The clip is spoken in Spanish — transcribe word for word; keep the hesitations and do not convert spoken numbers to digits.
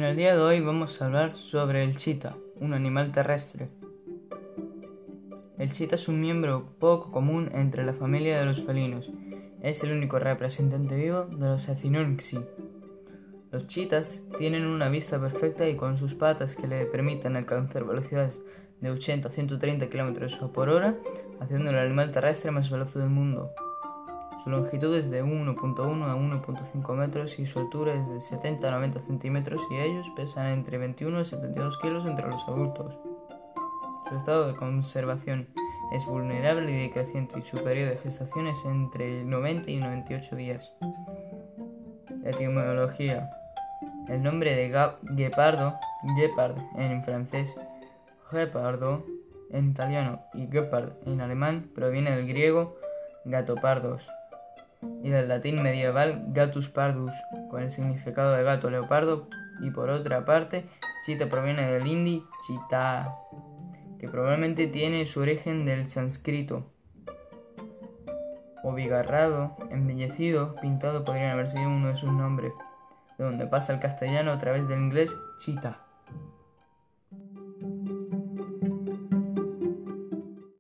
el día de hoy vamos a hablar sobre el chita, un animal terrestre. El chita es un miembro poco común entre la familia de los felinos. Es el único representante vivo de los Acinonyxi. Los chitas tienen una vista perfecta y con sus patas que le permiten alcanzar velocidades de ochenta a ciento treinta kilómetros por hora, haciendo el animal terrestre más veloz del mundo. Su longitud es de uno punto uno a uno punto cinco metros y su altura es de setenta a noventa centímetros y ellos pesan entre veintiuno y setenta y dos kilos entre los adultos. Su estado de conservación es vulnerable y decreciente y su periodo de gestación es entre noventa y noventa y ocho días. Etimología. El nombre de guepardo, guépard en francés, gepardo en italiano y gepard en alemán proviene del griego gatopardos y del latín medieval Gatus Pardus, con el significado de gato leopardo, y por otra parte, chita proviene del hindi chita, que probablemente tiene su origen del sánscrito. Obigarrado, embellecido, pintado podrían haber sido uno de sus nombres, de donde pasa al castellano a través del inglés chita.